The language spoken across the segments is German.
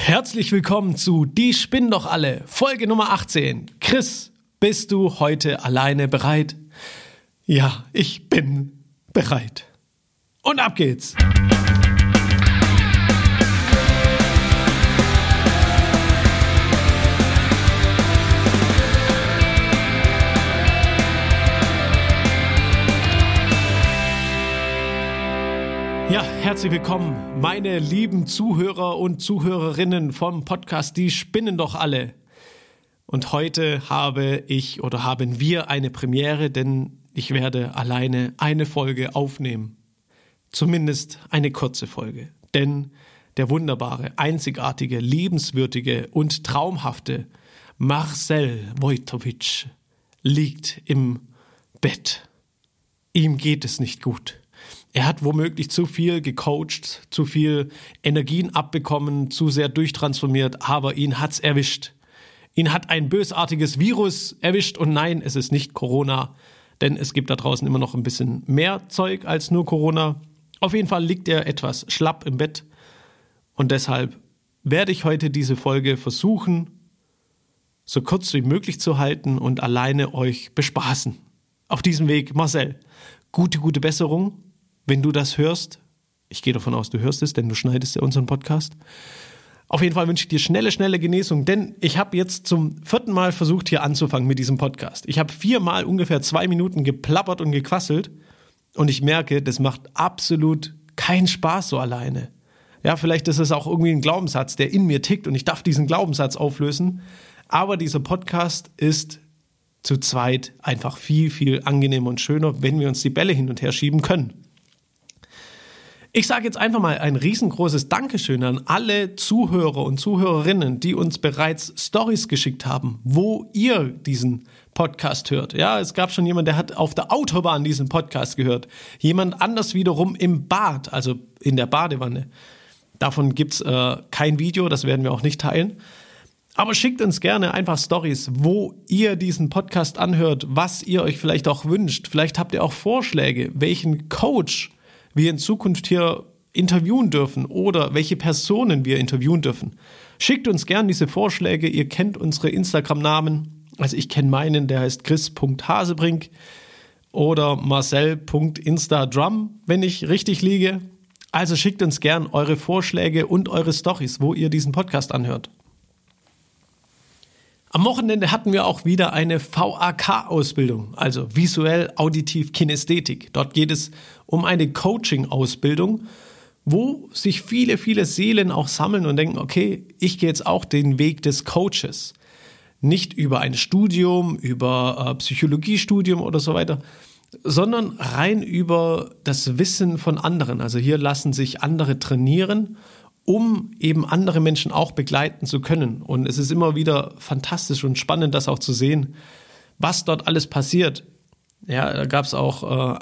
Herzlich willkommen zu Die spinnen doch alle, Folge Nummer 18. Chris, bist du heute alleine bereit? Ja, ich bin bereit. Und ab geht's. Ja, herzlich willkommen, meine lieben Zuhörer und Zuhörerinnen vom Podcast Die spinnen doch alle. Und heute haben wir eine Premiere, denn ich werde alleine eine Folge aufnehmen. Zumindest eine kurze Folge. Denn der wunderbare, einzigartige, liebenswürdige und traumhafte Marcel Wojtowicz liegt im Bett. Ihm geht es nicht gut. Er hat womöglich zu viel gecoacht, zu viel Energien abbekommen, zu sehr durchtransformiert, aber ihn hat's erwischt. Ihn hat ein bösartiges Virus erwischt und nein, es ist nicht Corona, denn es gibt da draußen immer noch ein bisschen mehr Zeug als nur Corona. Auf jeden Fall liegt er etwas schlapp im Bett und deshalb werde ich heute diese Folge versuchen, so kurz wie möglich zu halten und alleine euch bespaßen. Auf diesem Weg, Marcel, gute Besserung. Wenn du das hörst, ich gehe davon aus, du hörst es, denn du schneidest ja unseren Podcast. Auf jeden Fall wünsche ich dir schnelle Genesung, denn ich habe jetzt zum 4. Mal versucht, hier anzufangen mit diesem Podcast. Ich habe 4 Mal ungefähr 2 Minuten geplappert und gequasselt und ich merke, das macht absolut keinen Spaß so alleine. Ja, vielleicht ist es auch irgendwie ein Glaubenssatz, der in mir tickt und ich darf diesen Glaubenssatz auflösen. Aber dieser Podcast ist zu zweit einfach viel angenehmer und schöner, wenn wir uns die Bälle hin und her schieben können. Ich sage jetzt einfach mal ein riesengroßes Dankeschön an alle Zuhörer und Zuhörerinnen, die uns bereits Stories geschickt haben, wo ihr diesen Podcast hört. Ja, es gab schon jemanden, der hat auf der Autobahn diesen Podcast gehört. Jemand anders wiederum im Bad, also in der Badewanne. Davon gibt's kein Video, das werden wir auch nicht teilen. Aber schickt uns gerne einfach Stories, wo ihr diesen Podcast anhört, was ihr euch vielleicht auch wünscht. Vielleicht habt ihr auch Vorschläge, welchen Coach wir in Zukunft hier interviewen dürfen oder welche Personen wir interviewen dürfen. Schickt uns gerne diese Vorschläge. Ihr kennt unsere Instagram-Namen. Also ich kenne meinen, der heißt chris.hasebrink oder marcel.instadrum, wenn ich richtig liege. Also schickt uns gern eure Vorschläge und eure Storys, wo ihr diesen Podcast anhört. Am Wochenende hatten wir auch wieder eine VAK-Ausbildung, also visuell, auditiv, Kinästhetik. Dort geht es um eine Coaching-Ausbildung, wo sich viele Seelen auch sammeln und denken, okay, ich gehe jetzt auch den Weg des Coaches. Nicht über ein Studium, über Psychologiestudium oder so weiter, sondern rein über das Wissen von anderen. Also hier lassen sich andere trainieren, um eben andere Menschen auch begleiten zu können. Und es ist immer wieder fantastisch und spannend, das auch zu sehen, was dort alles passiert. Ja, da gab es auch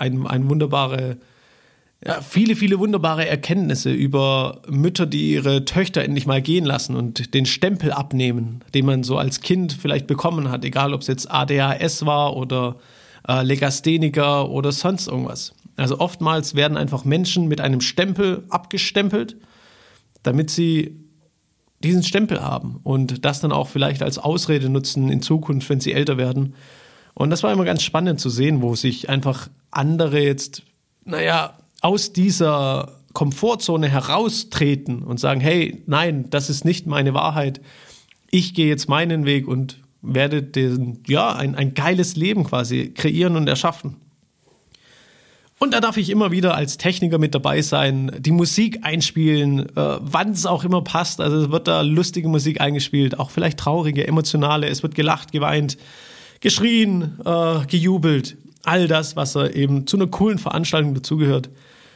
viele wunderbare Erkenntnisse über Mütter, die ihre Töchter endlich mal gehen lassen und den Stempel abnehmen, den man so als Kind vielleicht bekommen hat, egal ob es jetzt ADHS war oder Legastheniker oder sonst irgendwas. Also oftmals werden einfach Menschen mit einem Stempel abgestempelt, damit sie diesen Stempel haben und das dann auch vielleicht als Ausrede nutzen in Zukunft, wenn sie älter werden. Und das war immer ganz spannend zu sehen, wo sich einfach andere jetzt, aus dieser Komfortzone heraustreten und sagen, hey, nein, das ist nicht meine Wahrheit. Ich gehe jetzt meinen Weg und werde ein geiles Leben quasi kreieren und erschaffen. Und da darf ich immer wieder als Techniker mit dabei sein, die Musik einspielen, wann es auch immer passt. Also es wird da lustige Musik eingespielt, auch vielleicht traurige, emotionale. Es wird gelacht, geweint, geschrien, gejubelt. All das, was eben zu einer coolen Veranstaltung dazugehört.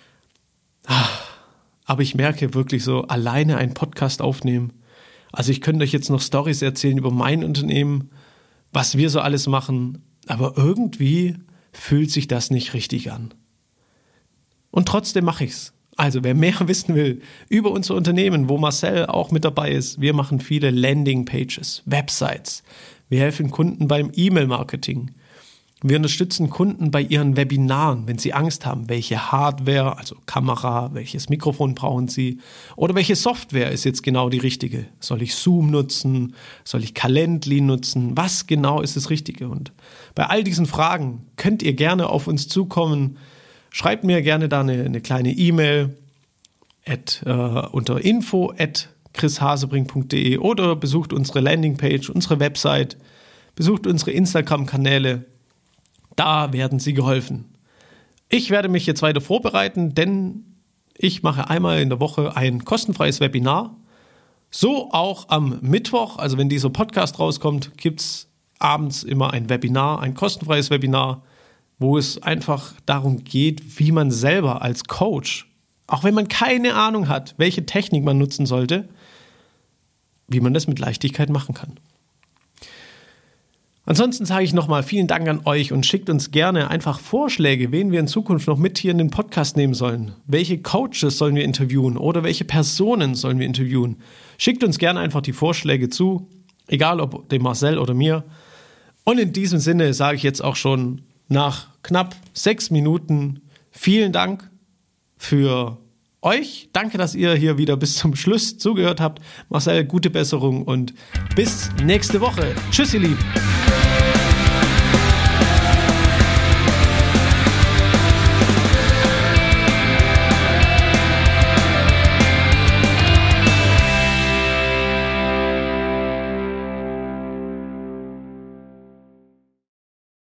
Aber ich merke wirklich so, alleine einen Podcast aufnehmen. Also ich könnte euch jetzt noch Storys erzählen über mein Unternehmen, was wir so alles machen. Aber irgendwie fühlt sich das nicht richtig an. Und trotzdem mache ich's. Also wer mehr wissen will über unser Unternehmen, wo Marcel auch mit dabei ist, wir machen viele Landingpages, Websites. Wir helfen Kunden beim E-Mail-Marketing. Wir unterstützen Kunden bei ihren Webinaren, wenn sie Angst haben, welche Hardware, also Kamera, welches Mikrofon brauchen sie oder welche Software ist jetzt genau die richtige. Soll ich Zoom nutzen? Soll ich Calendly nutzen? Was genau ist das Richtige? Und bei all diesen Fragen könnt ihr gerne auf uns zukommen. Schreibt mir gerne da eine kleine E-Mail unter info@chrishasebring.de oder besucht unsere Landingpage, unsere Website, besucht unsere Instagram-Kanäle. Da werden Sie geholfen. Ich werde mich jetzt weiter vorbereiten, denn ich mache einmal in der Woche ein kostenfreies Webinar. So auch am Mittwoch, also wenn dieser Podcast rauskommt, gibt es abends immer ein Webinar, ein kostenfreies Webinar, wo es einfach darum geht, wie man selber als Coach, auch wenn man keine Ahnung hat, welche Technik man nutzen sollte, wie man das mit Leichtigkeit machen kann. Ansonsten sage ich nochmal vielen Dank an euch und schickt uns gerne einfach Vorschläge, wen wir in Zukunft noch mit hier in den Podcast nehmen sollen. Welche Coaches sollen wir interviewen oder welche Personen sollen wir interviewen? Schickt uns gerne einfach die Vorschläge zu, egal ob dem Marcel oder mir. Und in diesem Sinne sage ich jetzt auch schon nach knapp 6 Minuten vielen Dank für euch. Danke, dass ihr hier wieder bis zum Schluss zugehört habt. Marcel, gute Besserung und bis nächste Woche. Tschüss, ihr Lieben.